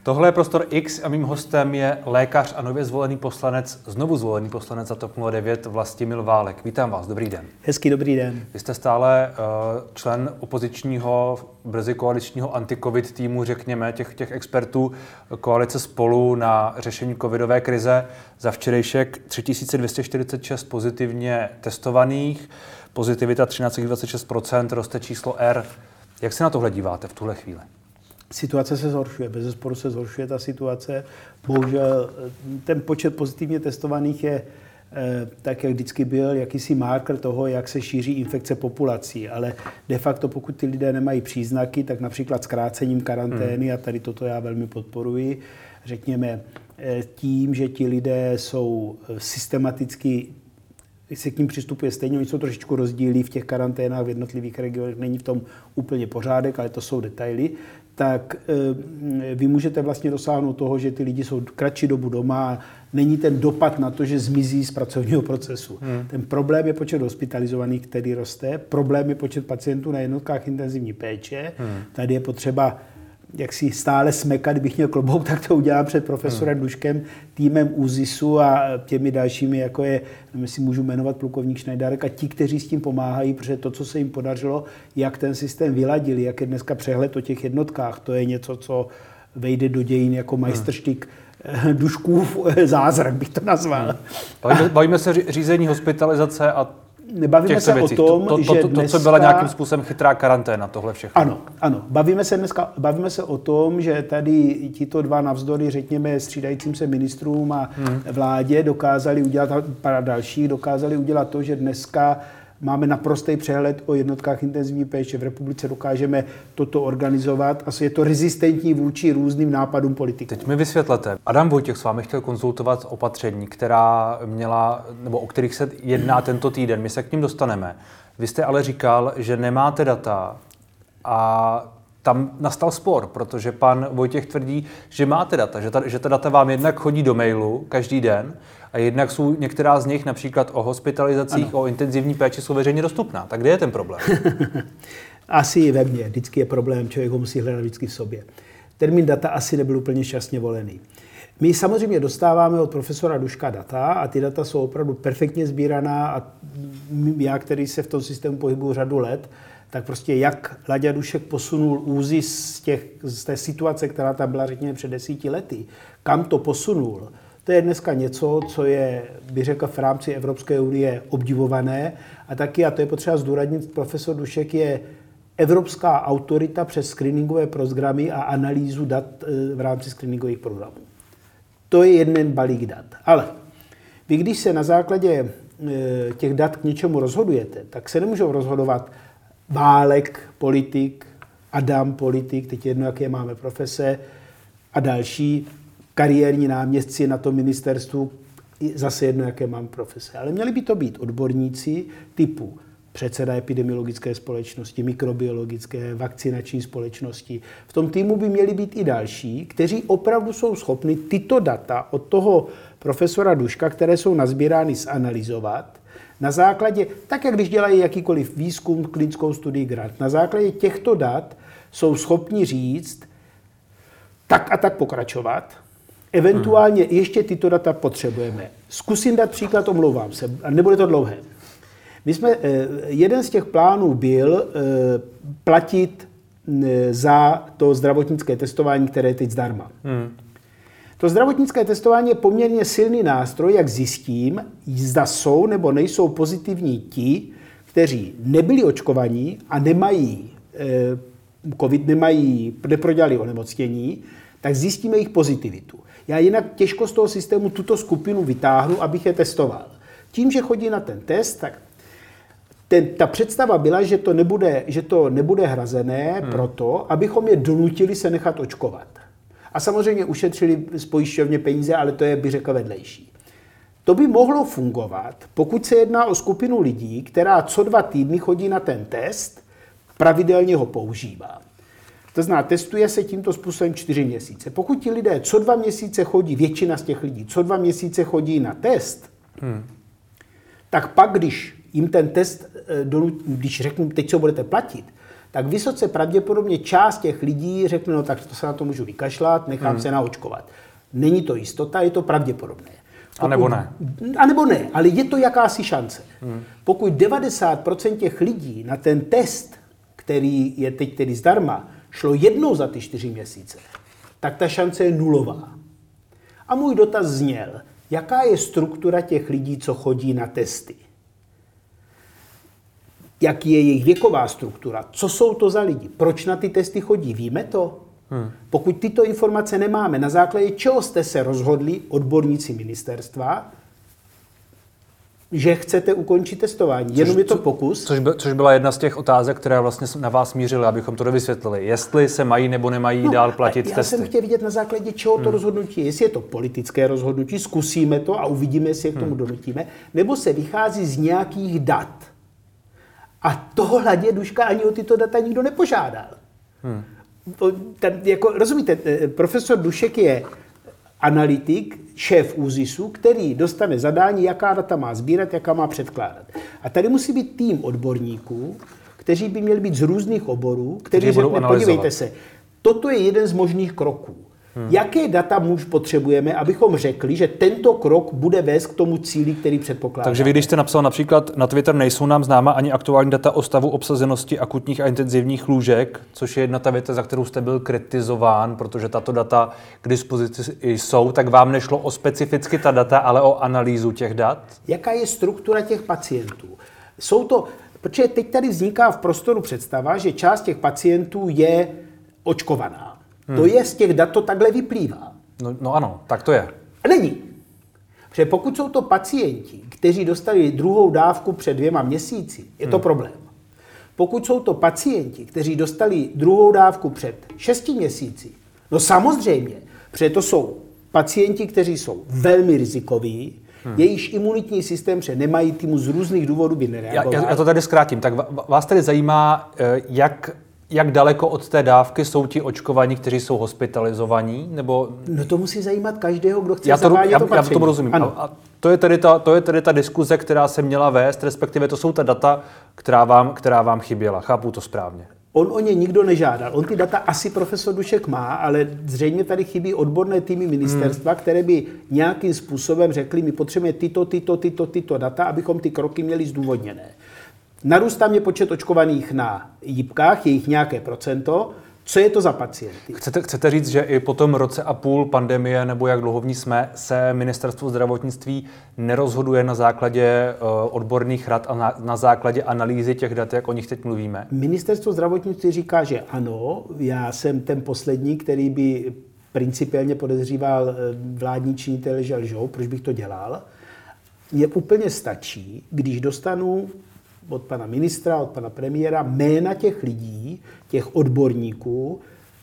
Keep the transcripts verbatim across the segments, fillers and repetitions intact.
Tohle je Prostor X a mým hostem je lékař a nově zvolený poslanec, znovu zvolený poslanec za TOP nula devět Vlastimil Válek. Vítám vás, dobrý den. Hezký dobrý den. Vy jste stále uh, člen opozičního, brzy koaličního anti-covid týmu, řekněme, těch, těch expertů koalice Spolu na řešení covidové krize. Za včerejšek tři tisíce dvě stě čtyřicet šest pozitivně testovaných, pozitivita třináct celá dvacet šest procent, roste číslo R. Jak se na tohle díváte v tuhle chvíli? Situace se zhoršuje, bezesporu se zhoršuje ta situace. Bohužel ten počet pozitivně testovaných je tak, jak vždycky byl, jakýsi marker toho, jak se šíří infekce populací. Ale de facto, pokud ty lidé nemají příznaky, tak například zkrácením karantény, hmm. a tady toto já velmi podporuji, řekněme tím, že ti lidé jsou systematicky, se k ním přistupuje stejně, oni jsou trošičku rozdílí v těch karanténách v jednotlivých regionech, není v tom úplně pořádek, ale to jsou detaily, tak e, vy můžete vlastně dosáhnout toho, že ty lidi jsou kratší dobu doma a není ten dopad na to, že zmizí z pracovního procesu. Hmm. Ten problém je počet hospitalizovaných, který roste, problém je počet pacientů na jednotkách intenzivní péče, hmm. tady je potřeba jak si stále smekat, kdybych měl klobouk, tak to udělám před profesorem hmm. Duškem, týmem ÚZISu a těmi dalšími, jako je, nevím, si můžu jmenovat plukovník Šnajdárek a ti, kteří s tím pomáhají, protože to, co se jim podařilo, jak ten systém vyladili, jak je dneska přehled o těch jednotkách, to je něco, co vejde do dějin jako majstrštyk hmm. Duškův zázrak, bych to nazval. Hmm. Bavíme, bavíme se řízení hospitalizace a Nebavíme se věcí. o tom, to, to, to, že to, to, dneska... co byla nějakým způsobem chytrá karanténa, tohle všechno. Ano, ano. Bavíme se dneska, bavíme se o tom, že tady tito dva navzdory, řekněme, střídajícím se ministrům a hmm. vládě dokázali udělat, a pár dalších dokázali udělat to, že dneska máme naprostý přehled o jednotkách intenzivní péče. V republice dokážeme toto organizovat a je to rezistentní vůči různým nápadům politiků. Teď mi vysvětlete. Adam Vojtěch s vámi chtěl konzultovat opatření, která měla, nebo o kterých se jedná tento týden. My se k ním dostaneme. Vy jste ale říkal, že nemáte data a tam nastal spor, protože pan Vojtěch tvrdí, že máte data, že ta, že ta data vám jednak chodí do mailu každý den a jednak jsou některá z nich například o hospitalizacích, ano. o intenzivní péči jsou veřejně dostupná. Tak kde je ten problém? Asi ve mně. Vždycky je problém, člověk ho musí hledat vždycky v sobě. Termín data asi nebyl úplně šťastně volený. My samozřejmě dostáváme od profesora Duška data a ty data jsou opravdu perfektně sbíraná a já, který se v tom systému pohybuju řadu let, tak prostě jak Láďa Dušek posunul ÚZIS z, těch, z té situace, která tam byla, řekněme, před desíti lety, kam to posunul, to je dneska něco, co je, bych řekl, v rámci Evropské unie obdivované a taky, a to je potřeba zdůraznit, profesor Dušek je evropská autorita přes screeningové programy a analýzu dat v rámci screeningových programů. To je jeden balík dat. Ale vy, když se na základě těch dat k něčemu rozhodujete, tak se nemůžou rozhodovat Válek, politik, Adam, politik, teď jedno, jaké máme profese, a další kariérní náměstci na tom ministerstvu, zase jedno, jaké mám profese. Ale měli by to být odborníci typu předseda epidemiologické společnosti, mikrobiologické, vakcinační společnosti. V tom týmu by měli být i další, kteří opravdu jsou schopni tyto data od toho profesora Duška, které jsou nazbírány, zanalyzovat. Na základě, tak jak když dělají jakýkoliv výzkum, klinickou studii, grant, na základě těchto dat jsou schopni říct, tak a tak pokračovat. Eventuálně hmm. ještě tyto data potřebujeme. Zkusím dát příklad, omlouvám se, a nebude to dlouhé. My jsme, jeden z těch plánů byl platit za to zdravotnické testování, které je teď zdarma. Hmm. To zdravotnické testování je poměrně silný nástroj, jak zjistím, zda jsou nebo nejsou pozitivní ti, kteří nebyli očkovaní a nemají covid, nemají, neprodělali onemocnění, tak zjistíme jejich pozitivitu. Já jinak těžko z toho systému tuto skupinu vytáhnu, abych je testoval. Tím, že chodí na ten test, tak ten, ta představa byla, že to nebude, že to nebude hrazené hmm. proto, abychom je donutili se nechat očkovat. A samozřejmě ušetřili z pojišťovně peníze, ale to je, bych řekl, vedlejší. To by mohlo fungovat, pokud se jedná o skupinu lidí, která co dva týdny chodí na ten test, pravidelně ho používá. To znamená, testuje se tímto způsobem čtyři měsíce. Pokud ti lidé co dva měsíce chodí, většina z těch lidí, co dva měsíce chodí na test, hmm. tak pak, když jim ten test, když řeknu, teď co budete platit, tak vysoce pravděpodobně část těch lidí řekne, no tak to se na to můžu vykašlat, nechám hmm. se naočkovat. Není to jistota, je to pravděpodobné. Pokud, a nebo ne. A nebo ne, ale je to jakási šance. Hmm. Pokud devadesát procent těch lidí na ten test, který je teď tedy zdarma, šlo jednou za ty čtyři měsíce, tak ta šance je nulová. A můj dotaz zněl, jaká je struktura těch lidí, co chodí na testy? Jaký je jejich věková struktura? Co jsou to za lidi? Proč na ty testy chodí? Víme to? Hmm. Pokud tyto informace nemáme, na základě čeho jste se rozhodli, odborníci ministerstva, že chcete ukončit testování? Jenom je to pokus. Což, by, což byla jedna z těch otázek, které vlastně na vás mířily, abychom to dovysvětlili. Jestli se mají nebo nemají no, dál platit já testy. Já jsem chtěl vidět na základě čeho to hmm. rozhodnutí. Jestli je to politické rozhodnutí, zkusíme to a uvidíme, jestli je k tomu hmm. donutíme, nebo se vychází z nějakých dat. A toho hladě Duška ani o tyto data nikdo nepožádal. Hmm. Ten, jako, rozumíte, profesor Dušek je analytik, šéf ÚZISu, který dostane zadání, jaká data má sbírat, jaká má předkládat. A tady musí být tým odborníků, kteří by měli být z různých oborů, kteří řekne, podívejte se, toto je jeden z možných kroků. Hmm. Jaké data muž potřebujeme, abychom řekli, že tento krok bude vést k tomu cíli, který předpokládáme. Takže vy, když jste napsal například na Twitter, nejsou nám známa ani aktuální data o stavu obsazenosti akutních a intenzivních lůžek, což je jedna ta věta, za kterou jste byl kritizován, protože tato data k dispozici jsou, tak vám nešlo o specificky ta data, ale o analýzu těch dat? Jaká je struktura těch pacientů? Jsou to, protože teď tady vzniká v prostoru představa, že část těch pacientů je očkovaná. Hmm. To je z těch dat, to takhle vyplývá. No, no ano, tak to je. A není. Protože pokud jsou to pacienti, kteří dostali druhou dávku před dvěma měsíci, je to hmm. problém. Pokud jsou to pacienti, kteří dostali druhou dávku před šesti měsíci, no samozřejmě, protože to jsou pacienti, kteří jsou velmi rizikoví, Hmm. jejíž imunitní systém, protože nemají týmu z různých důvodů by nereagoval. Já, já to tady zkrátím. Tak vás tady zajímá, jak... Jak daleko od té dávky jsou ti očkovaní, kteří jsou hospitalizovaní? Nebo... No to musí zajímat každého, kdo chce já to, zavádět já, to patření. Já tomu rozumím. A, a to, je tedy ta, to je tedy ta diskuze, která se měla vést, respektive to jsou ta data, která vám, která vám chyběla. Chápu to správně. On o ně nikdo nežádal. On ty data asi profesor Dušek má, ale zřejmě tady chybí odborné týmy ministerstva, hmm. které by nějakým způsobem řekly, my potřebujeme tyto, tyto, tyto, tyto data, abychom ty kroky měli zdůvodněné. Narůstá mě počet očkovaných na jipkách, je jich nějaké procento. Co je to za pacienty? Chcete, chcete říct, že i po tom roce a půl pandemie, nebo jak dlouho v ní jsme, se ministerstvo zdravotnictví nerozhoduje na základě uh, odborných rad a na, na základě analýzy těch dat, jak o nich teď mluvíme? Ministerstvo zdravotnictví říká, že ano, já jsem ten poslední, který by principiálně podezříval vládní činitele, že lžou, proč bych to dělal. Mně úplně stačí, když dostanu od pana ministra, od pana premiéra, jména těch lidí, těch odborníků.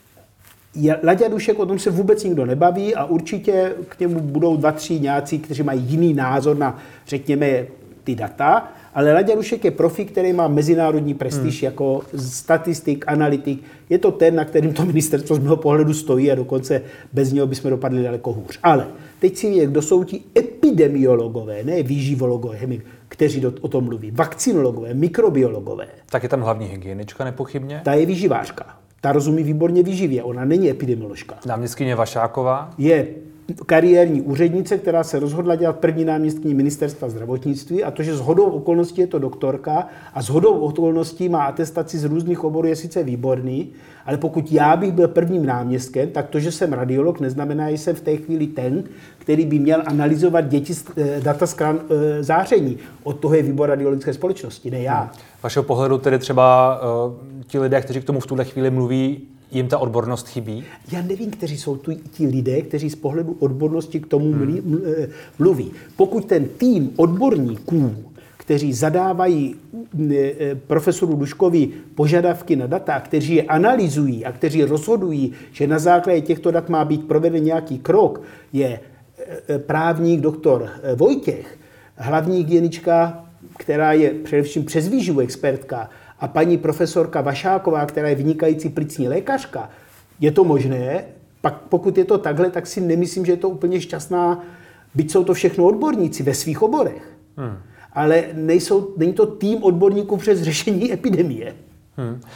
Láďa Dušek, o tom se vůbec nikdo nebaví a určitě k němu budou dva, tři nějací, kteří mají jiný názor na, řekněme, ty data, ale Láďa Dušek je profi, který má mezinárodní prestiž hmm. jako statistik, analytik. Je to ten, na kterým to ministerstvo z mého pohledu stojí a dokonce bez něho bychom dopadli daleko hůř. Ale teď si vědět, kdo jsou ti epidemiologové, ne výživologové, kteří o tom mluví, vakcinologové, mikrobiologové. Tak je tam hlavní hygienička nepochybně. Ta je výživářka. Ta rozumí výborně výživě, ona není epidemioložka. Náměstkyně Vašáková? Je kariérní úřednice, která se rozhodla dělat první náměstkyní ministerstva zdravotnictví a to, že shodou okolností je to doktorka a shodou okolností má atestaci z různých oborů, je sice výborný, ale pokud já bych byl prvním náměstkem, tak to, že jsem radiolog, neznamená, že jsem v té chvíli ten, který by měl analyzovat děti data z krán e, záření. Od toho je výbor radiologické společnosti, ne já. Hmm. Vašeho pohledu tedy třeba uh, ti lidé, kteří k tomu v tuhle chvíli mluví, jim ta odbornost chybí? Já nevím, kteří jsou tu ti lidé, kteří z pohledu odbornosti k tomu hmm. mluví. Pokud ten tým odborníků, kteří zadávají profesoru Duškovi požadavky na data, kteří je analyzují a kteří rozhodují, že na základě těchto dat má být proveden nějaký krok, je právník doktor Vojtěch, hlavní hygienička, která je především přes výživu expertka, a paní profesorka Vašáková, která je vynikající plicní lékařka, je to možné? Pak pokud je to takhle, tak si nemyslím, že je to úplně šťastná, byť jsou to všechno odborníci ve svých oborech. Hmm. Ale nejsou, není to tým odborníků přes řešení epidemie. Hmm.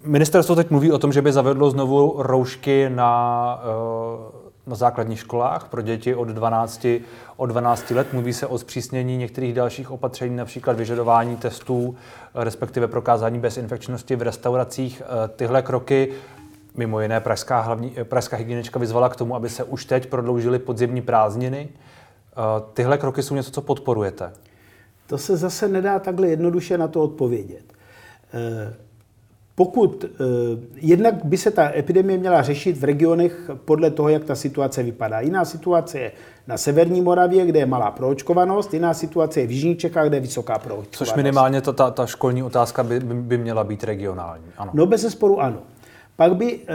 Ministerstvo teď mluví o tom, že by zavedlo znovu roušky na, na základních školách pro děti od dvanácti, od dvanácti let. Mluví se o zpřísnění některých dalších opatření, například vyžadování testů, respektive prokázání bezinfekčnosti v restauracích. Tyhle kroky, mimo jiné pražská, hlavní, pražská hygienička vyzvala k tomu, aby se už teď prodloužily podzimní prázdniny. Tyhle kroky jsou něco, co podporujete? To se zase nedá takhle jednoduše na to odpovědět. Pokud jednak by se ta epidemie měla řešit v regionech podle toho, jak ta situace vypadá. Jiná situace je na severní Moravě, kde je malá proočkovanost, jiná situace je v jižních Čechách, kde je vysoká proočkovanost. Což minimálně ta, ta, ta školní otázka by, by měla být regionální. Ano. No bez zesporu ano. Pak by eh,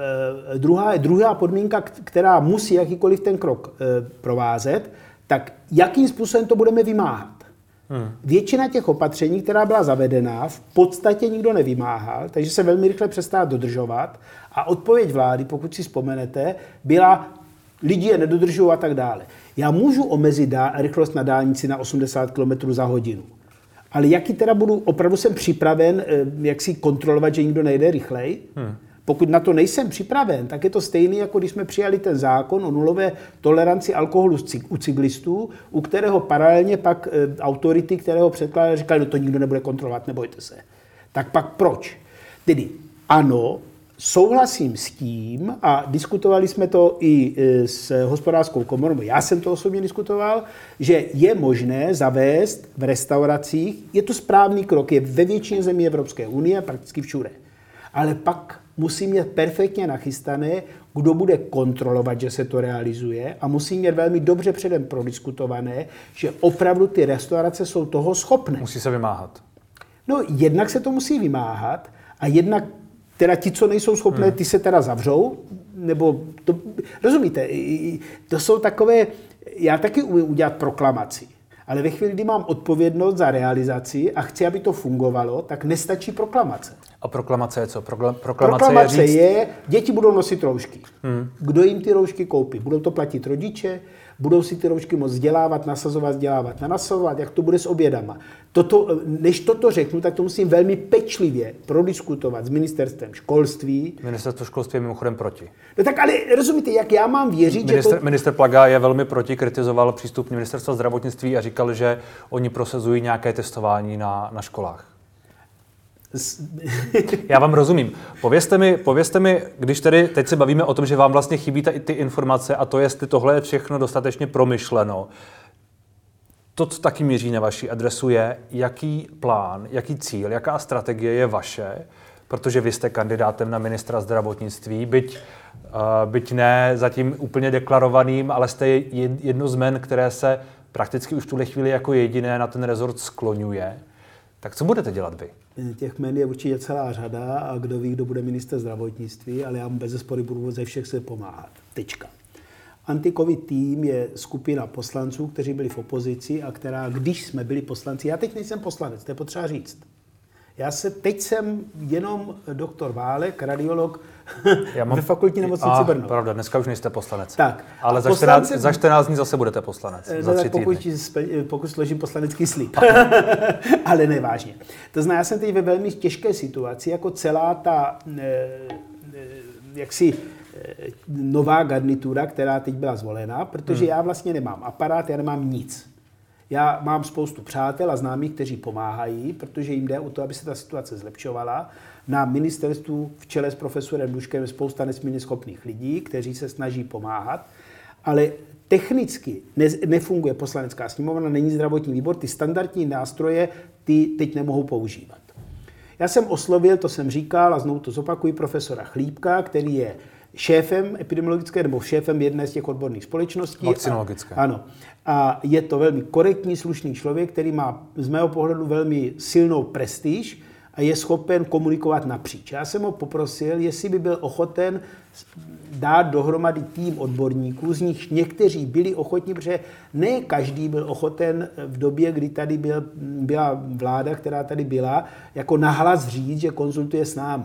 druhá, druhá podmínka, která musí jakýkoliv ten krok eh, provázet, tak jakým způsobem to budeme vymáhat. Hmm. Většina těch opatření, která byla zavedena, v podstatě nikdo nevymáhal, takže se velmi rychle přestala dodržovat a odpověď vlády, pokud si vzpomenete, byla lidi je nedodržují a tak dále. Já můžu omezit dá, rychlost na dálnici na osmdesát kilometrů za hodinu, ale jaký teda budu, opravdu jsem připraven, jak si kontrolovat, že nikdo nejde rychleji? Hmm. Pokud na to nejsem připraven, tak je to stejný, jako když jsme přijali ten zákon o nulové toleranci alkoholu u cyklistů, u kterého paralelně pak e, autority, které ho předkládali, říkali, no to nikdo nebude kontrolovat, nebojte se. Tak pak proč? Tedy ano, souhlasím s tím a diskutovali jsme to i s hospodářskou komorou, já jsem to osobně diskutoval, že je možné zavést v restauracích, je to správný krok, je ve většině zemí Evropské unie, prakticky všude. Ale pak musí mít perfektně nachystané, kdo bude kontrolovat, že se to realizuje a musí mít velmi dobře předem prodiskutované, že opravdu ty restaurace jsou toho schopné. Musí se vymáhat. No, jednak se to musí vymáhat a jednak teda ti, co nejsou schopné, hmm. ty se teda zavřou, nebo to, rozumíte, to jsou takové, já taky umím udělat proklamaci. Ale ve chvíli, kdy mám odpovědnost za realizaci a chci, aby to fungovalo, tak nestačí proklamace. A proklamace je co? Prokla- proklamace proklamace je, říct... je, děti budou nosit roušky. Hmm. Kdo jim ty roušky koupí? Budou to platit rodiče? Budou si ty roušky moct vzdělávat, nasazovat, vzdělávat, nasazovat? Jak to bude s obědama? Toto, než toto řeknu, tak to musím velmi pečlivě prodiskutovat s ministerstvem školství. Ministerstvo školství je mimochodem proti. No tak ale rozumíte, jak já mám věřit, minister, že to... Minister Plaga je velmi proti, kritizoval přístup ministerstva zdravotnictví a říkal, že oni prosazují nějaké testování na, na školách. Já vám rozumím. Povězte mi, povězte mi, když tedy teď se bavíme o tom, že vám vlastně chybí ta, ty informace a to, jestli tohle je všechno dostatečně promyšleno. To, co taky míří na vaši adresu, je, jaký plán, jaký cíl, jaká strategie je vaše, protože vy jste kandidátem na ministra zdravotnictví, byť, uh, byť ne zatím úplně deklarovaným, ale jste jedno z men, které se prakticky už v tuhle chvíli jako jediné na ten rezort skloňuje. Tak co budete dělat vy? Těch jmen je určitě celá řada a kdo ví, kdo bude ministr zdravotnictví, ale já mu bezesporu budu ze všech se pomáhat. Tečka. Anti-covid tým je skupina poslanců, kteří byli v opozici a která, když jsme byli poslanci, já teď nejsem poslanec, to je potřeba říct. Já se, teď jsem jenom doktor Válek, radiolog já mám... ve fakultní nemocnici Brno. Pravda, dneska už nejste poslanec. Tak. Ale za, poslance... čtrnáct, za čtrnáct dní zase budete poslanec. Za tak pokud, pokud složím poslanecký slib. Ale nevážně. To znamená, já jsem teď ve velmi těžké situaci, jako celá ta jaksi nová garnitura, která teď byla zvolena, protože hmm. já vlastně nemám aparát, já nemám nic. Já mám spoustu přátel a známých, kteří pomáhají, protože jim jde o to, aby se ta situace zlepšovala. Na ministerstvu v čele s profesorem Duškem je spousta nesmírně schopných lidí, kteří se snaží pomáhat, ale technicky ne, nefunguje poslanecká sněmovna, není zdravotní výbor, ty standardní nástroje ty teď nemohou používat. Já jsem oslovil, to jsem říkal a znovu to zopakuji, profesora Chlípka, který je šéfem epidemiologické nebo šéfem jedné z těch odborných společností. Vakcinologické. A, ano. A je to velmi korektní, slušný člověk, který má z mého pohledu velmi silnou prestiž a je schopen komunikovat napříč. Já jsem ho poprosil, jestli by byl ochoten dát dohromady tým odborníků, z nich někteří byli ochotní, protože ne každý byl ochoten v době, kdy tady byl, byla vláda, která tady byla, jako nahlas říct, že konzultuje s náma.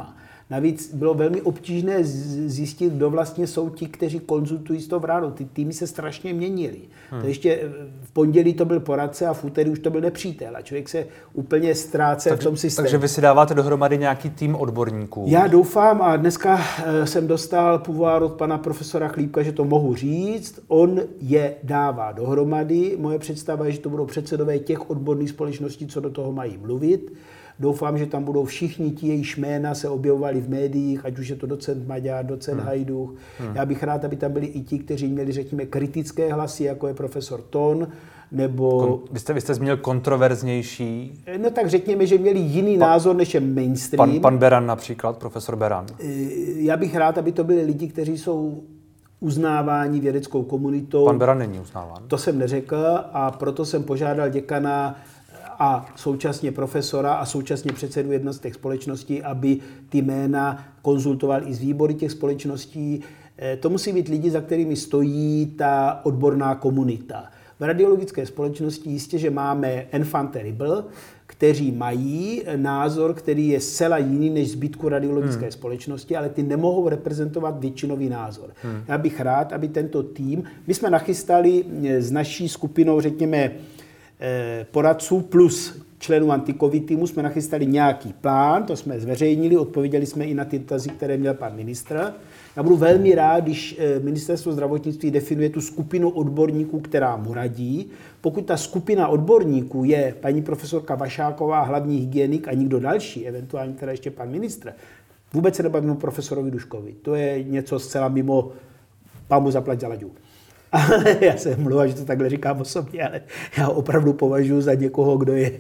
Navíc bylo velmi obtížné zjistit, kdo vlastně jsou ti, kteří konzultují s tou vládou. Ty týmy se strašně měnily. Hmm. To ještě v pondělí to byl poradce a v úterý už to byl nepřítel. A člověk se úplně ztrácel tak, v tom systému. Takže vy si dáváte dohromady nějaký tým odborníků? Já doufám a dneska jsem dostal pouvoir od pana profesora Chlípka, že to mohu říct. On je dává dohromady. Moje představa je, že to budou předsedové těch odborných společností, co do toho mají mluvit. Doufám, že tam budou všichni ti, jejichž jména se objevovali v médiích, ať už je to docent Maďar, docent hmm. Hajdúch. Hmm. Já bych rád, aby tam byli i ti, kteří měli, řekněme, kritické hlasy, jako je profesor Ton, nebo... Kon, vy, jste, vy jste zmínil kontroverznější? No tak řekněme, že měli jiný pan, názor, než je mainstream. Pan, pan Beran například, profesor Beran. Já bych rád, aby to byli lidi, kteří jsou uznáváni vědeckou komunitou. Pan Beran není uznáván. To jsem neřekl a proto jsem požádal děkana a současně profesora a současně předsedu jedné z těch společností, aby ty jména konzultoval i z výbory těch společností. To musí být lidi, za kterými stojí ta odborná komunita. V radiologické společnosti jistě, že máme enfant terrible, kteří mají názor, který je zcela jiný než zbytku radiologické hmm. společnosti, ale ty nemohou reprezentovat většinový názor. Hmm. Já bych rád, aby tento tým, my jsme nachystali s naší skupinou, řekněme, poradců plus členů anti-covid týmu, jsme nachystali nějaký plán, to jsme zveřejnili, odpověděli jsme i na ty dotazy, které měl pan ministr. Já budu velmi rád, když ministerstvo zdravotnictví definuje tu skupinu odborníků, která mu radí. Pokud ta skupina odborníků je paní profesorka Vašáková, hlavní hygienik a nikdo další, eventuálně teda ještě pan ministr, vůbec se nebavím o profesorovi Duškovi. To je něco zcela mimo, pán mu zaplať za laďu. Ale já se mluvám, že to takhle říkám osobně, ale já opravdu považuji za někoho, kdo je...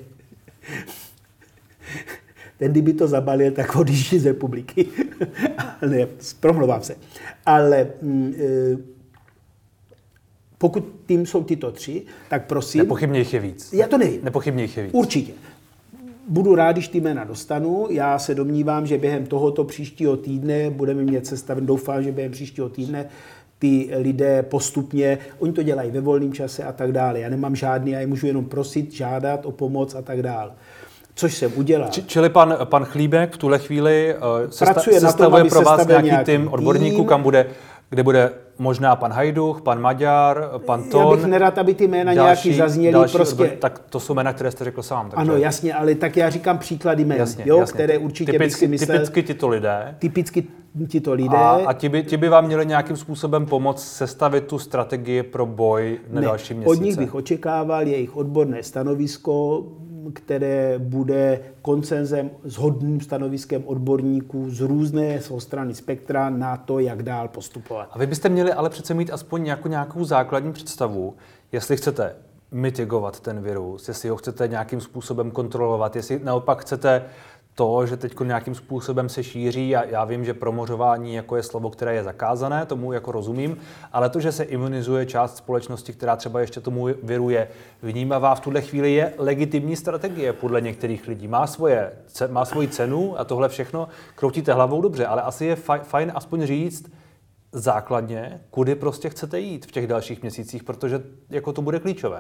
Ten, kdyby to zabalil, tak odjíždí z republiky. Ne, promluvám se. Ale e, pokud tým jsou tyto tři, tak prosím... Nepochybně jich je víc. Já to nevím. Nepochybně jich je víc. Určitě. Budu rád, když ty jména dostanu. Já se domnívám, že během tohoto příštího týdne budeme mít sestaven, doufám, že během příštího týdne ty lidé postupně, oni to dělají ve volném čase a tak dále. Já nemám žádný, já je můžu jenom prosit, žádat o pomoc a tak dále. Což jsem udělal. Či, čili pan, pan Chlíbek v tuhle chvíli uh, sesta, sestavuje pro vás nějaký, nějaký tým odborníků, kam bude, kde bude možná pan Hajdúch, pan Maďar, pan Ton. Já bych nerad, aby ty jména další, nějaký zazněly. Prostě... Odbor, tak to jsou jména, které jste řekl sám. Takže... Ano, jasně, ale tak já říkám příklady jmén, jasně, jo, jasně. které určitě typicky, bych si myslel... Typicky tito lidé. Typicky tito lidé. A, a ti, by, ti by vám měli nějakým způsobem pomoct sestavit tu strategii pro boj na ne, další měsíce? Od nich bych očekával jejich odborné stanovisko, které bude konsenzem, shodným stanoviskem odborníků z různé strany spektra na to, jak dál postupovat. A vy byste měli ale přece mít aspoň nějakou, nějakou základní představu, jestli chcete mitigovat ten virus, jestli ho chcete nějakým způsobem kontrolovat, jestli naopak chcete to, že teď nějakým způsobem se šíří, a já vím, že promořování jako je slovo, které je zakázané, tomu jako rozumím, ale to, že se imunizuje část společnosti, která třeba ještě tomu viru je vnímavá, v tuhle chvíli je legitimní strategie podle některých lidí. Má, svoje, má svoji cenu a tohle všechno kroutíte hlavou dobře, ale asi je fajn aspoň říct základně, kudy prostě chcete jít v těch dalších měsících, protože jako to bude klíčové.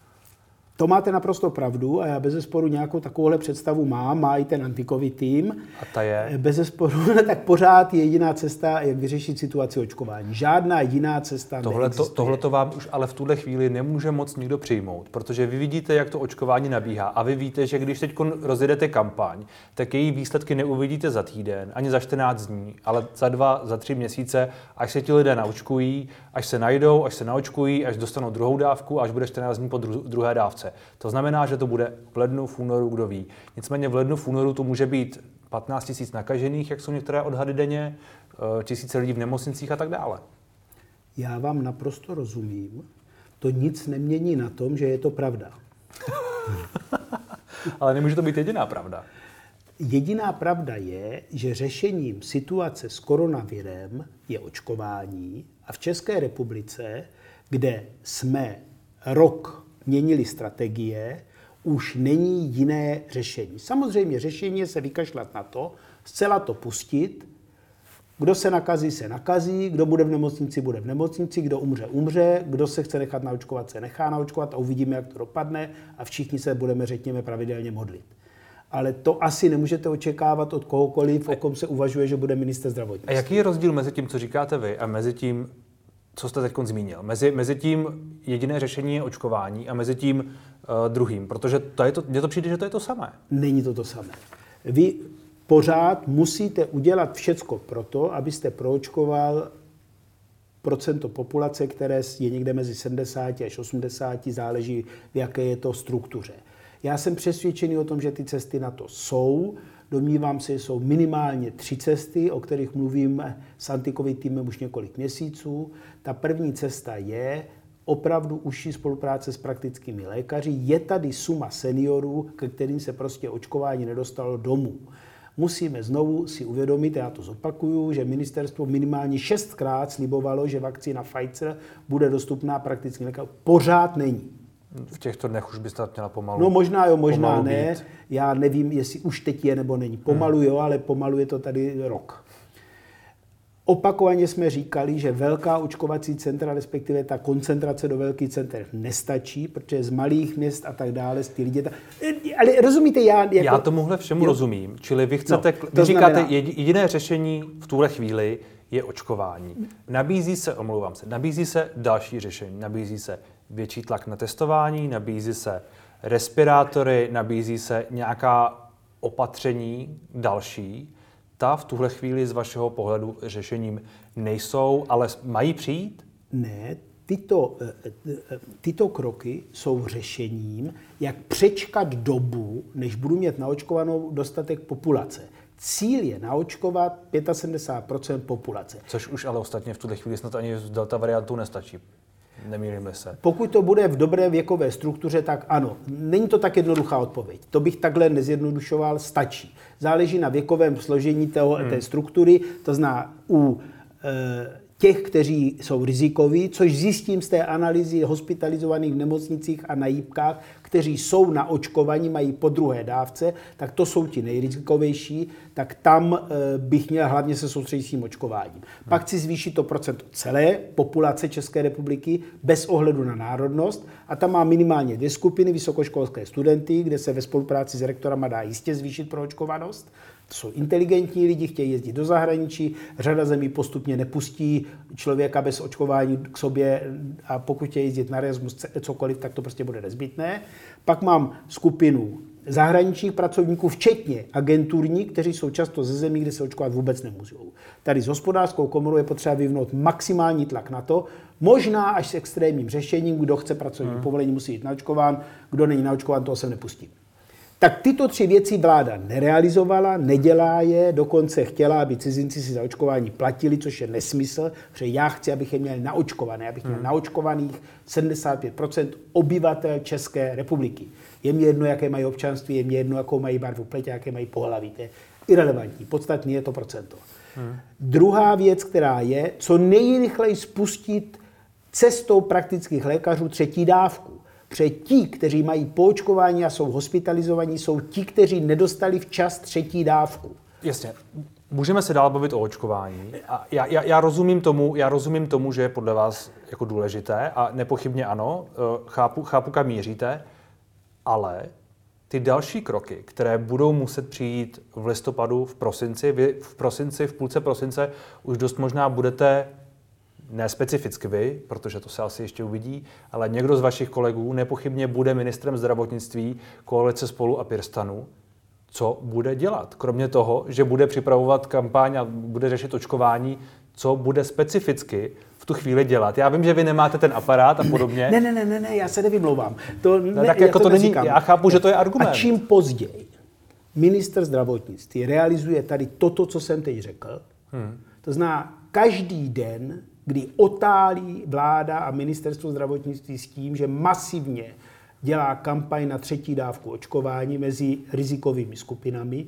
To máte naprosto pravdu a já bezesporu nějakou takovouhle představu mám, má i ten anti-covid tým. A ta je? Bezesporu, tak pořád je jediná cesta, jak vyřešit situaci očkování. Žádná jiná cesta neexistuje. Tohle to vám už ale v tuhle chvíli nemůže moc nikdo přijmout, protože vy vidíte, jak to očkování nabíhá a vy víte, že když teď rozjedete kampaň, tak její výsledky neuvidíte za týden, ani za čtrnáct dní, ale za dva, za tři měsíce, až se ti lidé naočkují, až se najdou, až se naočkují, až dostanou druhou dávku, až bude čtrnáct dní po druhé dávce. To znamená, že to bude v lednu, v únoru, kdo ví. Nicméně v lednu, v únoru to může být patnáct tisíc nakažených, jak jsou některé odhady denně, tisíce lidí v nemocnicích a tak dále. Já vám naprosto rozumím. To nic nemění na tom, že je to pravda. Ale nemůže to být jediná pravda. Jediná pravda je, že řešením situace s koronavirem je očkování a v České republice, kde jsme rok měnili strategie, už není jiné řešení. Samozřejmě řešení je se vykašlat na to, zcela to pustit, kdo se nakazí, se nakazí, kdo bude v nemocnici, bude v nemocnici, kdo umře, umře, kdo se chce nechat naočkovat, se nechá naočkovat a uvidíme, jak to dopadne a všichni se budeme, řekněme, pravidelně modlit. Ale to asi nemůžete očekávat od kohokoliv, o kom se uvažuje, že bude ministr zdravotnictví. A jaký je rozdíl mezi tím, co říkáte vy, a mezi tím, co jste teď zmínil? Mezi, mezi tím jediné řešení je očkování a mezi tím uh, druhým, protože to je to, mně to přijde, že to je to samé. Není to to samé. Vy pořád musíte udělat všecko proto, abyste proočkoval procento populace, které je někde mezi sedmdesát až osmdesát, záleží, v jaké je to struktuře. Já jsem přesvědčený o tom, že ty cesty na to jsou. Domnívám se, že jsou minimálně tři cesty, o kterých mluvím s anti-covid týmem už několik měsíců. Ta první cesta je opravdu užší spolupráce s praktickými lékaři. Je tady suma seniorů, ke kterým se prostě očkování nedostalo domů. Musíme znovu si uvědomit, já to zopakuju, že ministerstvo minimálně šestkrát slibovalo, že vakcína Pfizer bude dostupná praktickým lékařům. Pořád není. V těchto dnech už byste měla pomalu. No možná jo, možná ne. Být. Já nevím, jestli už teď je nebo není. Pomalu hmm. jo, ale pomalu je to tady rok. Opakovaně jsme říkali, že velká očkovací centra, respektive ta koncentrace do velkých center nestačí, protože z malých měst a tak dále, ty lidi... Ta... Ale rozumíte, já... Jako... Já tomuhle všemu jo. rozumím. Čili vy chcete... No, vy říkáte, znamená... jediné řešení v tuhle chvíli je očkování. Nabízí se, omlouvám se, nabízí se další řešení. Nabízí se větší tlak na testování, nabízí se respirátory, nabízí se nějaká opatření další. Ta v tuhle chvíli z vašeho pohledu řešením nejsou, ale mají přijít? Ne, tyto, tyto kroky jsou řešením, jak přečkat dobu, než budu mít naočkovanou dostatek populace. Cíl je naočkovat sedmdesát pět procent populace. Což už ale ostatně v tuhle chvíli snad ani z delta variantu nestačí. Nemýlíme se. Pokud to bude v dobré věkové struktuře, tak ano. Není to tak jednoduchá odpověď. To bych takhle nezjednodušoval, stačí. Záleží na věkovém složení toho, hmm. té struktury, to znamená u e, těch, kteří jsou rizikoví, což zjistím z té analýzy hospitalizovaných v nemocnicích a na jípkách, kteří jsou na očkovaní, mají po druhé dávce, tak to jsou ti nejrizikovější, tak tam e, bych měl hlavně se soustředit s tím očkováním. Hmm. Pak chci zvýšit to procento celé populace České republiky bez ohledu na národnost a tam má minimálně dvě skupiny, vysokoškolské studenty, kde se ve spolupráci s rektorama dá jistě zvýšit proočkovanost. To jsou inteligentní lidi, chtějí jezdit do zahraničí, řada zemí postupně nepustí člověka bez očkování k sobě a pokud chtějí jezdit na Erasmus, cokoliv, tak to prostě bude nezbytné. Pak mám skupinu zahraničních pracovníků, včetně agenturní, kteří jsou často ze zemí, kde se očkovat vůbec nemůžou. Tady s hospodářskou komorou je potřeba vyvinout maximální tlak na to, možná až s extrémním řešením, kdo chce pracovní hmm. povolení, musí být naočkován, kdo není naočkován, toho sem nepustím. Tak tyto tři věci vláda nerealizovala, nedělá je, dokonce chtěla, aby cizinci si za očkování platili, což je nesmysl, protože já chci, abych je měl naočkované, abych měl hmm. naočkovaných sedmdesát pět procent obyvatel České republiky. Je mi jedno, jaké mají občanství, je mi jedno, jakou mají barvu pleti, jaké mají pohlaví. To je irelevantní. Podstatný je to procento. Hmm. Druhá věc, která je, co nejrychleji spustit cestou praktických lékařů třetí dávku. Protože ti, kteří mají poočkování a jsou hospitalizovaní, jsou ti, kteří nedostali včas třetí dávku. Jasně. Můžeme se dál bavit o očkování. A já, já, já, rozumím tomu, já rozumím tomu, že je podle vás jako důležité a nepochybně ano, chápu, chápu kam míříte, ale ty další kroky, které budou muset přijít v listopadu, v prosinci, vy v prosinci, v půlce prosince už dost možná budete ne specificky vy, protože to se asi ještě uvidí, ale někdo z vašich kolegů nepochybně bude ministrem zdravotnictví koalice Spolu a PirSTANu. Co bude dělat? Kromě toho, že bude připravovat kampaň a bude řešit očkování, co bude specificky v tu chvíli dělat? Já vím, že vy nemáte ten aparát a podobně. Ne, ne, ne, ne, ne já se nevymlouvám. To ne, no, tak jako já to, to není, já chápu, že to je argument. A čím později ministr zdravotnictví realizuje tady toto, co jsem teď řekl, hmm. to znamená každý den, kdy otálí vláda a ministerstvo zdravotnictví s tím, že masivně dělá kampaň na třetí dávku očkování mezi rizikovými skupinami,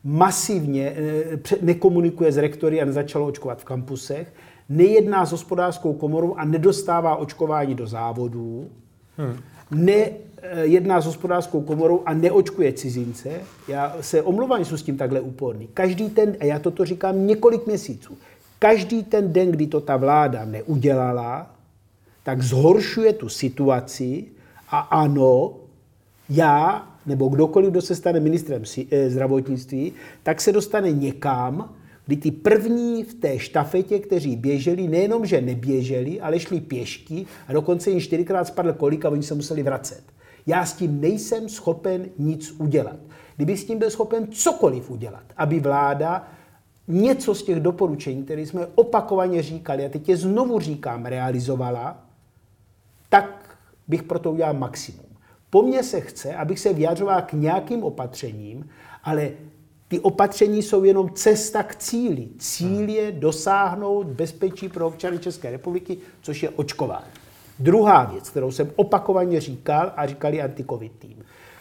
masivně nekomunikuje s rektory a nezačalo očkovat v kampusech, nejedná s hospodářskou komorou a nedostává očkování do závodů, hmm. nejedná s hospodářskou komorou a neočkuje cizince. Já se omlouvám, že jsem s tím takhle úporný. Každý ten, a já toto říkám několik měsíců, každý ten den, kdy to ta vláda neudělala, tak zhoršuje tu situaci a ano, já nebo kdokoliv, kdo se stane ministrem zdravotnictví, tak se dostane někam, kdy ty první v té štafetě, kteří běželi, nejenom, že neběželi, ale šli pěšky a dokonce jim čtyřikrát spadl kolík a oni se museli vracet. Já s tím nejsem schopen nic udělat. Kdybych s tím byl schopen cokoliv udělat, aby vláda něco z těch doporučení, které jsme opakovaně říkali, a teď je znovu říkám, realizovala, tak bych pro to udělal maximum. Po mně se chce, abych se vyjadřoval k nějakým opatřením, ale ty opatření jsou jenom cesta k cíli. Cíl je dosáhnout bezpečí pro občany České republiky, což je očkování. Druhá věc, kterou jsem opakovaně říkal a říkali anti-covid tým.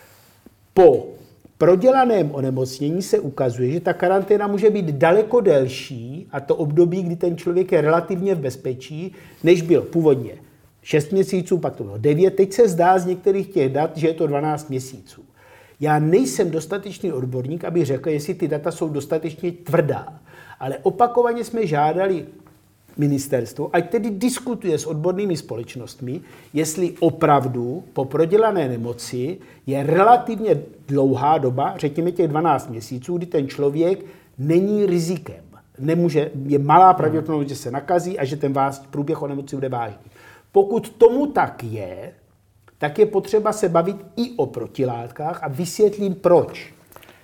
Po prodělaném onemocnění se ukazuje, že ta karanténa může být daleko delší, a to období, kdy ten člověk je relativně v bezpečí, než byl původně šest měsíců, pak to bylo devět. Teď se zdá z některých těch dat, že je to dvanáct měsíců. Já nejsem dostatečný odborník, aby řekl, jestli ty data jsou dostatečně tvrdá. Ale opakovaně jsme žádali ministerstvo, ať tedy diskutuje s odbornými společnostmi, jestli opravdu po prodělané nemoci je relativně dlouhá doba, řekněme těch dvanáct měsíců, kdy ten člověk není rizikem. Nemůže, je malá pravděpodobnost, že se nakazí a že ten vás průběh o nemoci bude vážný. Pokud tomu tak je, tak je potřeba se bavit i o protilátkách a vysvětlím proč.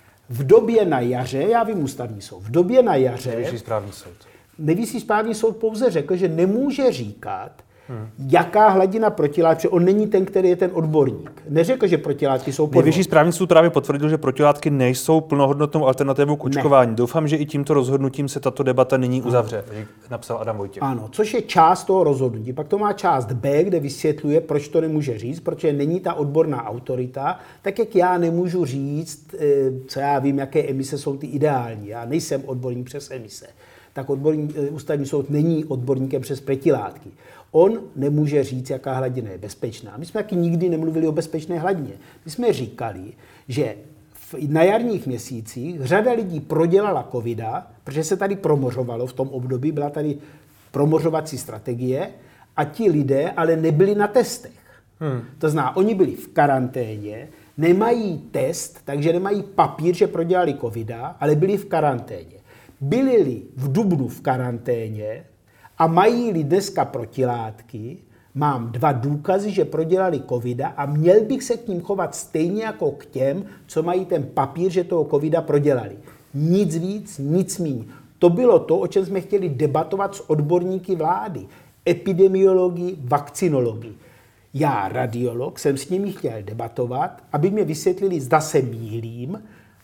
V době na jaře, já vím ústavní soud, v době na jaře... Nejvyšší správní soud. Nejvyšší správní soud pouze řekl, že nemůže říkat, hmm. jaká hladina protilátky, on není ten, který je ten odborník. Neřekl, že protilátky jsou podvodné. Nejvyšší správní soud právě potvrdil, že protilátky nejsou plnohodnotnou alternativou k očkování. Ne. Doufám, že i tímto rozhodnutím se tato debata nyní uzavře, napsal Adam Vojtěch. Ano, což je část toho rozhodnutí. Pak to má část B, kde vysvětluje, proč to nemůže říct, protože není ta odborná autorita, tak jak já nemůžu říct, co já vím, jaké emise jsou ty ideální. Já nejsem odborník přes emise. Tak odborní, ústavní soud není odborníkem přes protilátky. On nemůže říct, jaká hladina je bezpečná. My jsme taky nikdy nemluvili o bezpečné hladině. My jsme říkali, že v, na jarních měsících řada lidí prodělala covida, protože se tady promořovalo v tom období, byla tady promořovací strategie a ti lidé ale nebyli na testech. Hmm. To znamená, oni byli v karanténě, nemají test, takže nemají papír, že prodělali covida, ale byli v karanténě. Byli-li v dubnu v karanténě a mají-li dneska protilátky, mám dva důkazy, že prodělali covida a měl bych se k ním chovat stejně jako k těm, co mají ten papír, že toho covida prodělali. Nic víc, nic míň. To bylo to, o čem jsme chtěli debatovat s odborníky vlády. Epidemiologii, vakcinologii. Já, radiolog, jsem s nimi chtěl debatovat, aby mě vysvětlili, zda se mýlím,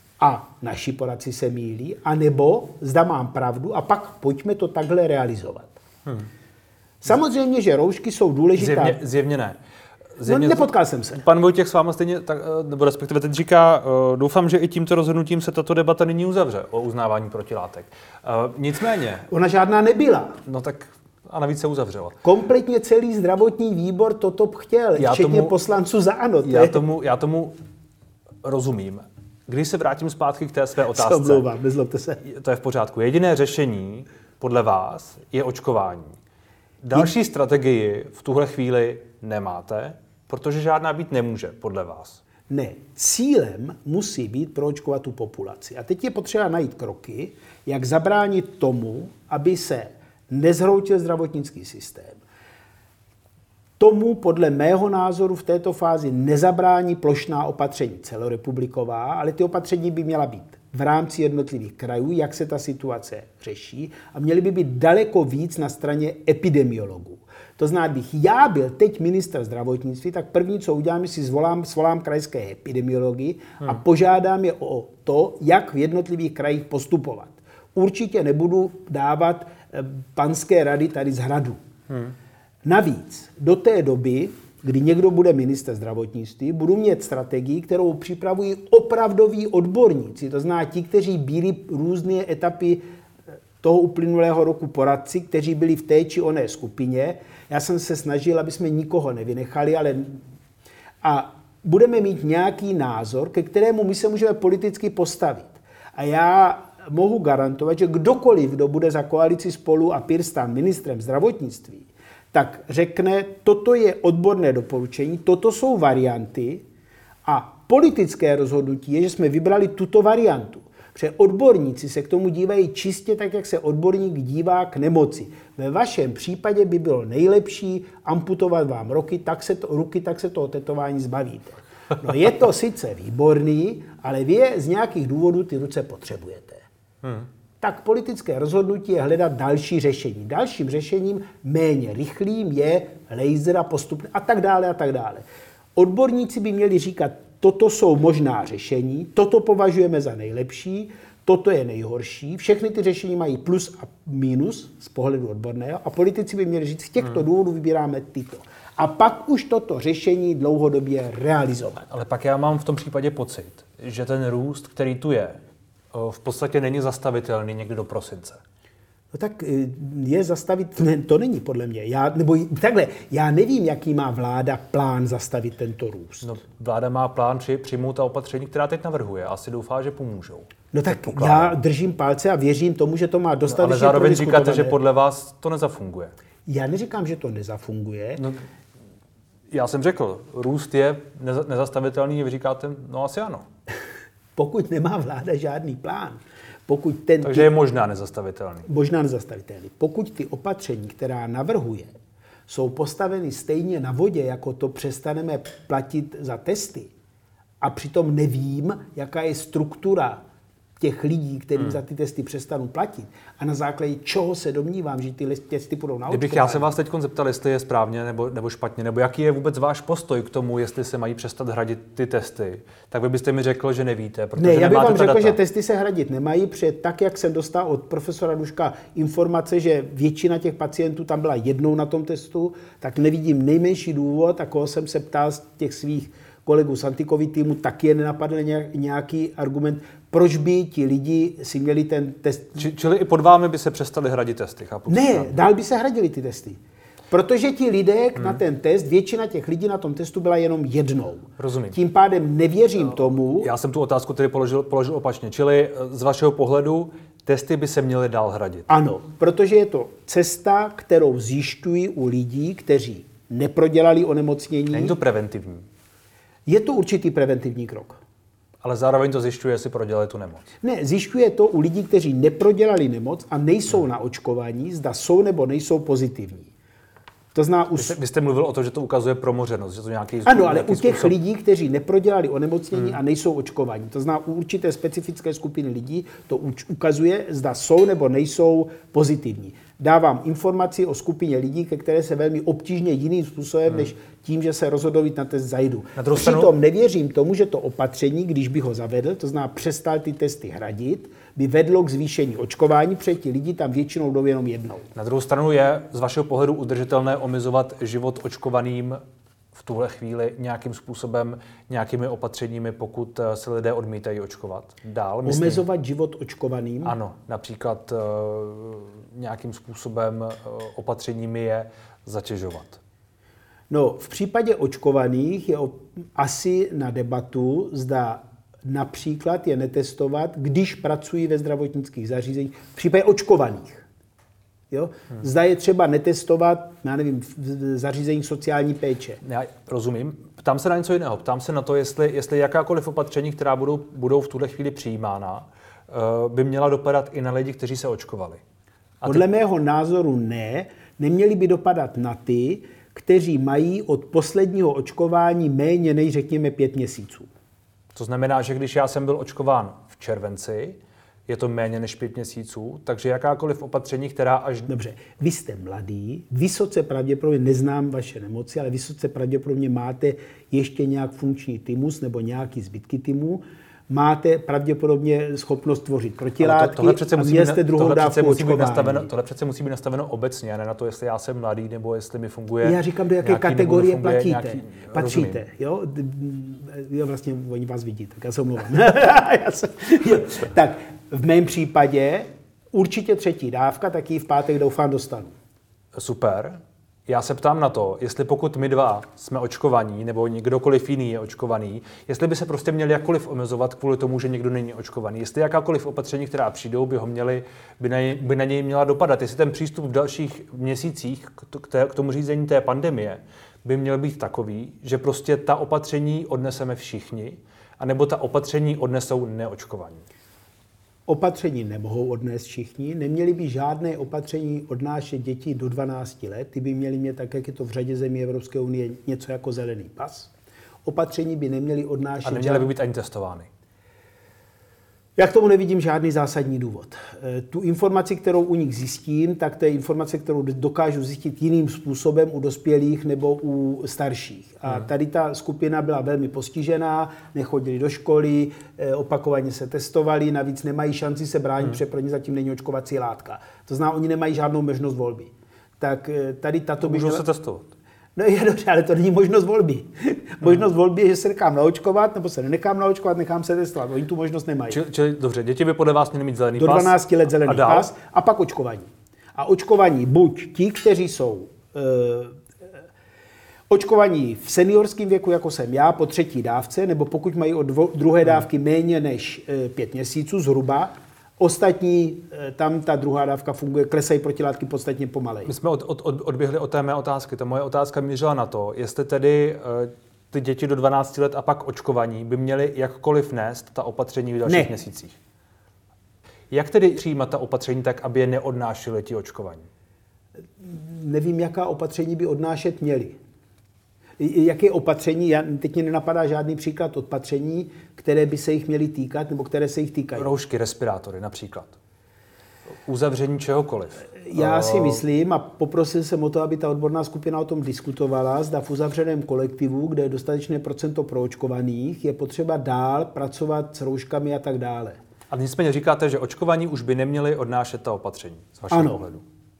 a naši poradci se mýlí, anebo zda mám pravdu a pak pojďme to takhle realizovat. Hmm. Samozřejmě, že roušky jsou důležité. Zjevně, zjevně ne. Zjevně, no, nepotkal jsem se. Pan Vojtěch s váma stejně, tak, nebo respektive teď říká, doufám, že i tímto rozhodnutím se tato debata nyní uzavře o uznávání protilátek. Nicméně... Ona žádná nebyla. No tak a navíc se uzavřela. Kompletně celý zdravotní výbor toto chtěl, já včetně tomu, poslanců za ANO. Já tomu, já tomu rozumím. Když se vrátím zpátky k té své otázce, se omlouvám, nezlobte se. To je v pořádku. Jediné řešení podle vás je očkování. Další strategii v tuhle chvíli nemáte, protože žádná být nemůže podle vás. Ne. Cílem musí být proočkovat tu populaci. A teď je potřeba najít kroky, jak zabránit tomu, aby se nezhroutil zdravotnický systém. Tomu podle mého názoru v této fázi nezabrání plošná opatření celorepubliková, ale ty opatření by měla být v rámci jednotlivých krajů, jak se ta situace řeší, a měly by být daleko víc na straně epidemiologů. To znamená, když já byl teď ministr zdravotnictví, tak první, co udělám, je si zvolám, svolám krajské epidemiologii a hmm. požádám je o to, jak v jednotlivých krajích postupovat. Určitě nebudu dávat panské rady tady z hradu. Hmm. Navíc do té doby, kdy někdo bude ministr zdravotnictví, budu mít strategii, kterou připravují opravdoví odborníci. To znamená ti, kteří byli různé etapy toho uplynulého roku poradci, kteří byli v té či oné skupině. Já jsem se snažil, aby jsme nikoho nevynechali, ale a budeme mít nějaký názor, ke kterému my se můžeme politicky postavit. A já mohu garantovat, že kdokoliv, kdo bude za koalici Spolu a PirSTAN ministrem zdravotnictví, tak řekne, toto je odborné doporučení, toto jsou varianty a politické rozhodnutí je, že jsme vybrali tuto variantu. Protože odborníci se k tomu dívají čistě tak, jak se odborník dívá k nemoci. Ve vašem případě by bylo nejlepší amputovat vám ruky, tak se, to, ruky, tak se toho tetování zbavíte. No je to sice výborný, ale vy z nějakých důvodů ty ruce potřebujete. Hmm. Tak politické rozhodnutí je hledat další řešení. Dalším řešením, méně rychlým, je laser a postupné a tak dále a tak dále. Odborníci by měli říkat, toto jsou možná řešení, toto považujeme za nejlepší, toto je nejhorší. Všechny ty řešení mají plus a minus z pohledu odborného a politici by měli říct, z těchto hmm. důvodů vybíráme tyto. A pak už toto řešení dlouhodobě realizovat. Ale pak já mám v tom případě pocit, že ten růst, který tu je, v podstatě není zastavitelný někdy do prosince. No tak je zastavit, ne, to není podle mě. Já, nebo takhle, já nevím, jaký má vláda plán zastavit tento růst. No, vláda má plán při, přijmout ta opatření, která teď navrhuje. Asi doufá, že pomůžou. No tak já držím palce a věřím tomu, že to má dostatečně no, ale zároveň říkáte, že podle vás to nezafunguje. Já neříkám, že to nezafunguje. No, já jsem řekl, růst je nezastavitelný, vy říkáte, no asi ano. Pokud nemá vláda žádný plán, pokud ten... Takže je možná nezastavitelný. Možná nezastavitelný. Pokud ty opatření, která navrhuje, jsou postaveny stejně na vodě, jako to přestaneme platit za testy, a přitom nevím, jaká je struktura těch lidí, kterým hmm. za ty testy přestanou platit, a na základě čeho se domnívám, že ty testy budou na Kdybych já se vás teď zeptal, jestli je správně nebo, nebo špatně, nebo jaký je vůbec váš postoj k tomu, jestli se mají přestat hradit ty testy, tak vy byste mi řekl, že nevíte, protože ne, já bych vám řekl, data. že testy se hradit nemají, protože tak, jak jsem dostal od profesora Duška informace, že většina těch pacientů tam byla jednou na tom testu, tak nevidím nejmenší důvod, a koho jsem se ptal z těch svých kolegů z Antikovy týmu, taky je nenapadl nějaký argument, proč by ti lidi si měli ten test... Či, čili i pod vámi by se přestali hradit testy, chápu? Ne, dál by se hradili ty testy. Protože ti lidé hmm. na ten test, většina těch lidí na tom testu byla jenom jednou. Rozumím. Tím pádem nevěřím no, tomu... Já jsem tu otázku tedy položil, položil opačně. Čili z vašeho pohledu testy by se měly dál hradit. Ano, protože je to cesta, kterou zjišťují u lidí, kteří neprodělali onemocnění. Není to preventivní? Je to určitý preventivní krok. Ale zároveň to zjišťuje, jestli prodělali tu nemoc. Ne, zjišťuje to u lidí, kteří neprodělali nemoc a nejsou hmm. na očkování, zda jsou nebo nejsou pozitivní. To zná už... Vy jste, vy jste mluvil o tom, že to ukazuje promořenost, že to nějaký Ano, ale u těch způsob... lidí, kteří neprodělali onemocnění hmm. a nejsou očkovaní. To zná u určité specifické skupiny lidí, to ukazuje, zda jsou nebo nejsou pozitivní. Dávám informaci o skupině lidí, ke které se velmi obtížně jiným způsobem, hmm. než tím, že se rozhodou na test zajdu. Na Přitom stranu... nevěřím tomu, že to opatření, když by ho zavedl, to znamená přestal ty testy hradit, by vedlo k zvýšení očkování, protože ti lidi tam většinou jdou jenom jednou. Na druhou stranu je z vašeho pohledu udržitelné omezovat život očkovaným v tuhle chvíli nějakým způsobem, nějakými opatřeními, pokud se lidé odmítají očkovat dál. Myslím, omezovat život očkovaným? Ano, například uh, nějakým způsobem uh, opatřeními je zatěžovat. No, v případě očkovaných je asi na debatu, zda například je netestovat, když pracují ve zdravotnických zařízeních, v případě očkovaných. Jo? Hmm. Zda je třeba netestovat, já nevím, v zařízení sociální péče. Já rozumím. Ptám se na něco jiného. Ptám se na to, jestli, jestli jakákoliv opatření, která budou, budou v tuhle chvíli přijímána, by měla dopadat i na lidi, kteří se očkovali. A Podle ty... mého názoru ne. Neměly by dopadat na ty, kteří mají od posledního očkování méně než řekněme pět měsíců. To znamená, že když já jsem byl očkován v červenci, je to méně než pět měsíců, takže jakákoliv opatření, která až... Dobře, vy jste mladý, vysoce pravděpodobně, neznám vaše nemoci, ale vysoce pravděpodobně máte ještě nějak funkční thymus nebo nějaký zbytky thymu, máte pravděpodobně schopnost tvořit protilátky to, a měl jste druhou dávku očkování. Tohle přece musí být nastaveno obecně, a ne na to, jestli já jsem mladý, nebo jestli mi funguje. Já říkám, do jaké kategorie platíte, nějaký, patříte. Jo? jo, vlastně oni vás vidí, tak já se omlouvám. já se, jo. Tak v mém případě určitě třetí dávka, tak ji v pátek doufám dostanu. Super. Já se ptám na to, jestli pokud my dva jsme očkovaní, nebo někdokoliv jiný je očkovaný, jestli by se prostě měli jakkoliv omezovat kvůli tomu, že někdo není očkovaný. Jestli jakákoliv opatření, která přijdou, by ho měli, by na, něj, by na něj měla dopadat. Jestli ten přístup v dalších měsících k, té, k tomu řízení té pandemie by měl být takový, že prostě ta opatření odneseme všichni, A nebo ta opatření odnesou neočkovaní? Opatření nemohou odnést všichni. Neměli by žádné opatření odnášet děti do dvanácti let. Ty by měly mít, tak jak je to v řadě zemí Evropské unie, něco jako zelený pas. Opatření by neměly odnášet... A neměly by být ani testovány? Já k tomu nevidím žádný zásadní důvod. Tu informaci, kterou u nich zjistím, tak to je informace, kterou dokážu zjistit jiným způsobem u dospělých nebo u starších. A tady ta skupina byla velmi postižená, nechodili do školy, opakovaně se testovali, navíc nemají šanci se bránit, hmm. protože pro ně zatím není očkovací látka. To znamená, oni nemají žádnou možnost volby. Tak tady tato Můžou se testovat. No je dobře, ale to není možnost volby. Možnost volby je, že se nechám naočkovat, nebo se nenechám naočkovat, nechám se testovat. Oni tu možnost nemají. Čili, čili dobře, děti by podle vás měly mít zelený Do pas. Do dvanácti let zelený a pas a pak očkování. A očkování buď ti, kteří jsou e, očkovaní v seniorském věku, jako jsem já, po třetí dávce, nebo pokud mají od dvo, druhé dávky méně než e, pět měsíců zhruba. Ostatní, tam ta druhá dávka funguje, klesají protilátky podstatně pomaleji. My jsme od, od, odběhli od té mé otázky. Ta moje otázka mířila na to, jestli tedy uh, ty děti do dvanácti let a pak očkovaní by měly jakkoliv nést ta opatření v dalších ne. měsících. Jak tedy přijímat ta opatření tak, aby je neodnášeli ti očkovaní? Nevím, jaká opatření by odnášet měli. Jaké opatření, já, teď mě nenapadá žádný příklad opatření, které by se jich měly týkat, nebo které se jich týkají. Roušky, respirátory například. Uzavření čehokoliv. Já si myslím, a poprosil jsem o to, aby ta odborná skupina o tom diskutovala, zda v uzavřeném kolektivu, kde je dostatečné procento proočkovaných, je potřeba dál pracovat s rouškami a tak dále. A nicméně říkáte, že očkovaní už by neměli odnášet ta opatření, z vašeho ano. pohledu.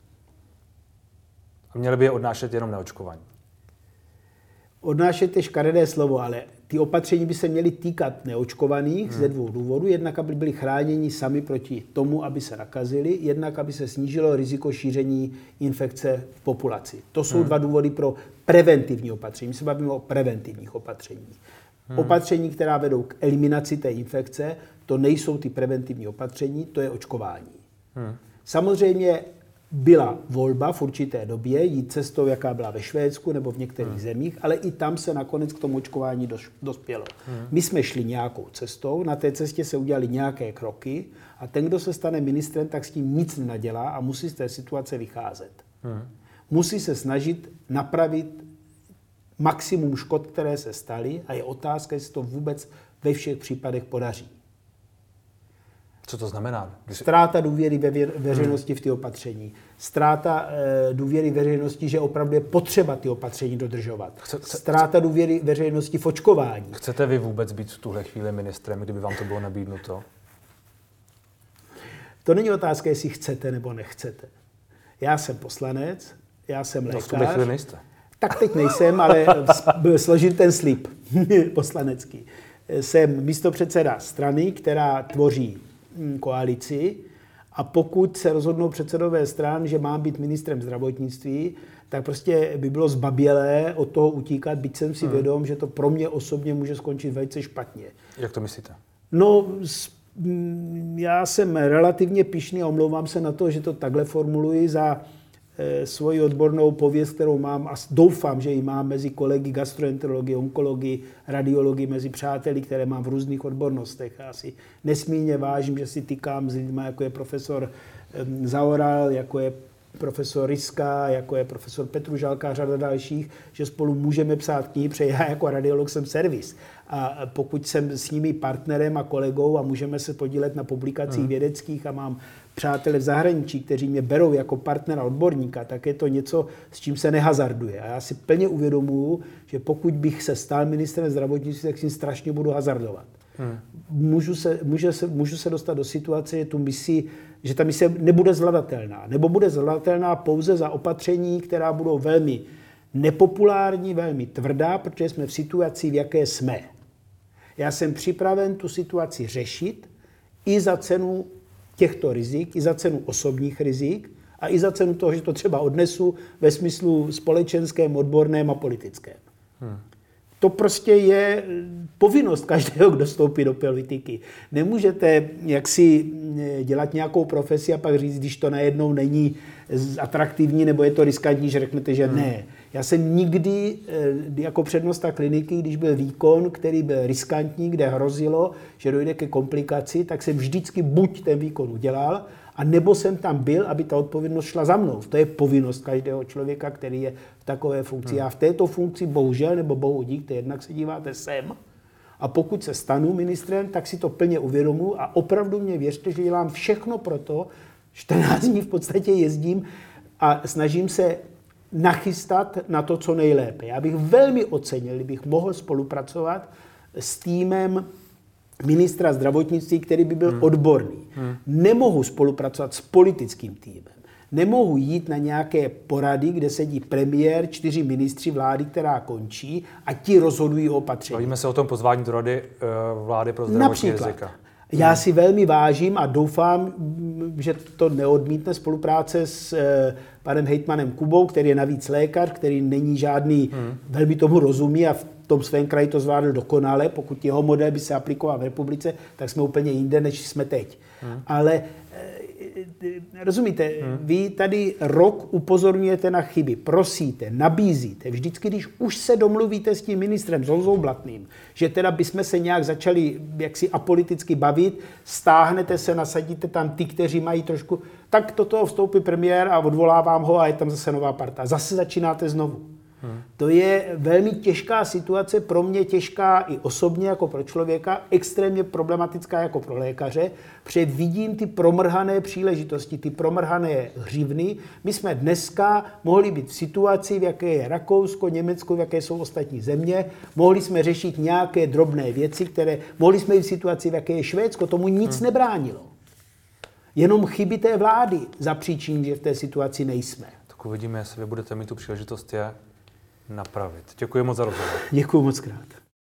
A měli by je odnášet jenom neočkovaní. Odnášet je škaredé slovo, ale ty opatření by se měly týkat neočkovaných hmm. ze dvou důvodů. Jednak, aby byli chráněni sami proti tomu, aby se nakazili, jednak, aby se snížilo riziko šíření infekce v populaci. To jsou hmm. dva důvody pro preventivní opatření. My se bavíme o preventivních opatřeních. Hmm. Opatření, která vedou k eliminaci té infekce, to nejsou ty preventivní opatření, to je očkování. Hmm. Samozřejmě byla volba v určité době jít cestou, jaká byla ve Švédsku nebo v některých hmm. zemích, ale i tam se nakonec k tomu očkování dospělo. Hmm. My jsme šli nějakou cestou, na té cestě se udělali nějaké kroky a ten, kdo se stane ministrem, tak s tím nic nenadělá a musí z té situace vycházet. Hmm. Musí se snažit napravit maximum škod, které se staly a je otázka, jestli to vůbec ve všech případech podaří. Co to znamená? Ztráta důvěry ve veřejnosti v ty opatření. Ztráta e, důvěry veřejnosti, že opravdu je potřeba ty opatření dodržovat. Chce, chce, Ztráta důvěry veřejnosti v očkování. Chcete vy vůbec být v tuhle chvíli ministrem, kdyby vám to bylo nabídnuto? To není otázka, jestli chcete nebo nechcete. Já jsem poslanec, já jsem lékař. No v tuhle chvíli nejste. Tak teď nejsem, ale složil ten slib poslanecký. Jsem místopředseda strany, která tvoří koalici a pokud se rozhodnou předsedové stran, že mám být ministrem zdravotnictví, tak prostě by bylo zbabělé od toho utíkat, byť jsem si hmm. vědom, že to pro mě osobně může skončit velice špatně. Jak to myslíte? No, já jsem relativně pyšný a omlouvám se na to, že to takhle formuluji za e, svoji odbornou pověst, kterou mám a doufám, že ji mám mezi kolegy gastroenterologii, onkologii, radiologii, mezi přáteli, které mám v různých odbornostech. Já si nesmírně vážím, že si tykám s lidmi, jako je profesor e, Zaoral, jako je profesor Ryska, jako je profesor Petružalka a řada dalších, že spolu můžeme psát knihy, protože já jako radiolog jsem servis. A pokud jsem s nimi partnerem a kolegou a můžeme se podílet na publikacích hmm. vědeckých a mám přátele v zahraničí, kteří mě berou jako partnera odborníka, tak je to něco, s čím se nehazarduje. A já si plně uvědomuji, že pokud bych se stal ministrem zdravotnictví, tak si strašně budu hazardovat. Hmm. Můžu, se, můžu, se, můžu se dostat do situace, že, tu misi, že ta mise nebude zvladatelná. Nebo bude zvladatelná pouze za opatření, která budou velmi nepopulární, velmi tvrdá, protože jsme v situaci, v jaké jsme. Já jsem připraven tu situaci řešit i za cenu těchto rizik, i za cenu osobních rizik a i za cenu toho, že to třeba odnesu ve smyslu společenském, odborném a politickém. Hmm. To prostě je povinnost každého, kdo vstoupí do politiky. Nemůžete jaksi dělat nějakou profesi a pak říct, když to najednou není atraktivní, nebo je to riskantní, že řeknete, že hmm. ne. Já jsem nikdy jako přednosta kliniky, když byl výkon, který byl riskantní, kde hrozilo, že dojde ke komplikaci, tak jsem vždycky buď ten výkon udělal, a nebo jsem tam byl, aby ta odpovědnost šla za mnou. To je povinnost každého člověka, který je v takové funkci. Hmm. Já v této funkci bohužel, nebo bohu dík, jednak se díváte sem, a pokud se stanu ministrem, tak si to plně uvědomuji a opravdu mě věřte, že dělám všechno pro to, čtrnáct dní v podstatě jezdím a snažím se nachystat na to, co nejlépe. Já bych velmi ocenil, kdybych mohl spolupracovat s týmem ministra zdravotnictví, který by byl hmm. odborný. Hmm. Nemohu spolupracovat s politickým týmem. Nemohu jít na nějaké porady, kde sedí premiér, čtyři ministři vlády, která končí a ti rozhodují o opatření. Bavíme se o tom pozvání do rady vlády pro zdravotní rizika. Já si velmi vážím a doufám, že to neodmítne spolupráce s panem hejtmanem Kubou, který je navíc lékař, který není žádný, hmm. velmi tomu rozumí a v tom svém kraji to zvládl dokonale. Pokud jeho model by se aplikoval v republice, tak jsme úplně jinde, než jsme teď. Hmm. Ale rozumíte, hmm. vy tady rok upozorňujete na chyby, prosíte, nabízíte. Vždycky, když už se domluvíte s tím ministrem, s Honzou Blatným, že teda bychom se nějak začali jaksi apoliticky bavit, stáhnete se, nasadíte tam ty, kteří mají trošku, tak do toho vstoupí premiér a odvolávám ho a je tam zase nová parta. Zase začínáte znovu. Hmm. To je velmi těžká situace, pro mě těžká i osobně jako pro člověka, extrémně problematická jako pro lékaře, protože vidím ty promrhané příležitosti, ty promrhané hřivny. My jsme dneska mohli být v situaci, v jaké je Rakousko, Německo, v jaké jsou ostatní země, mohli jsme řešit nějaké drobné věci, které mohli jsme být v situaci, v jaké je Švédsko, tomu nic hmm. nebránilo. Jenom chyby té vlády zapříčiní, že v té situaci nejsme. Tak uvidíme, jestli vy budete mít tu příležitost je napravit. Děkuji moc za rozhovor. Děkuji moc krát.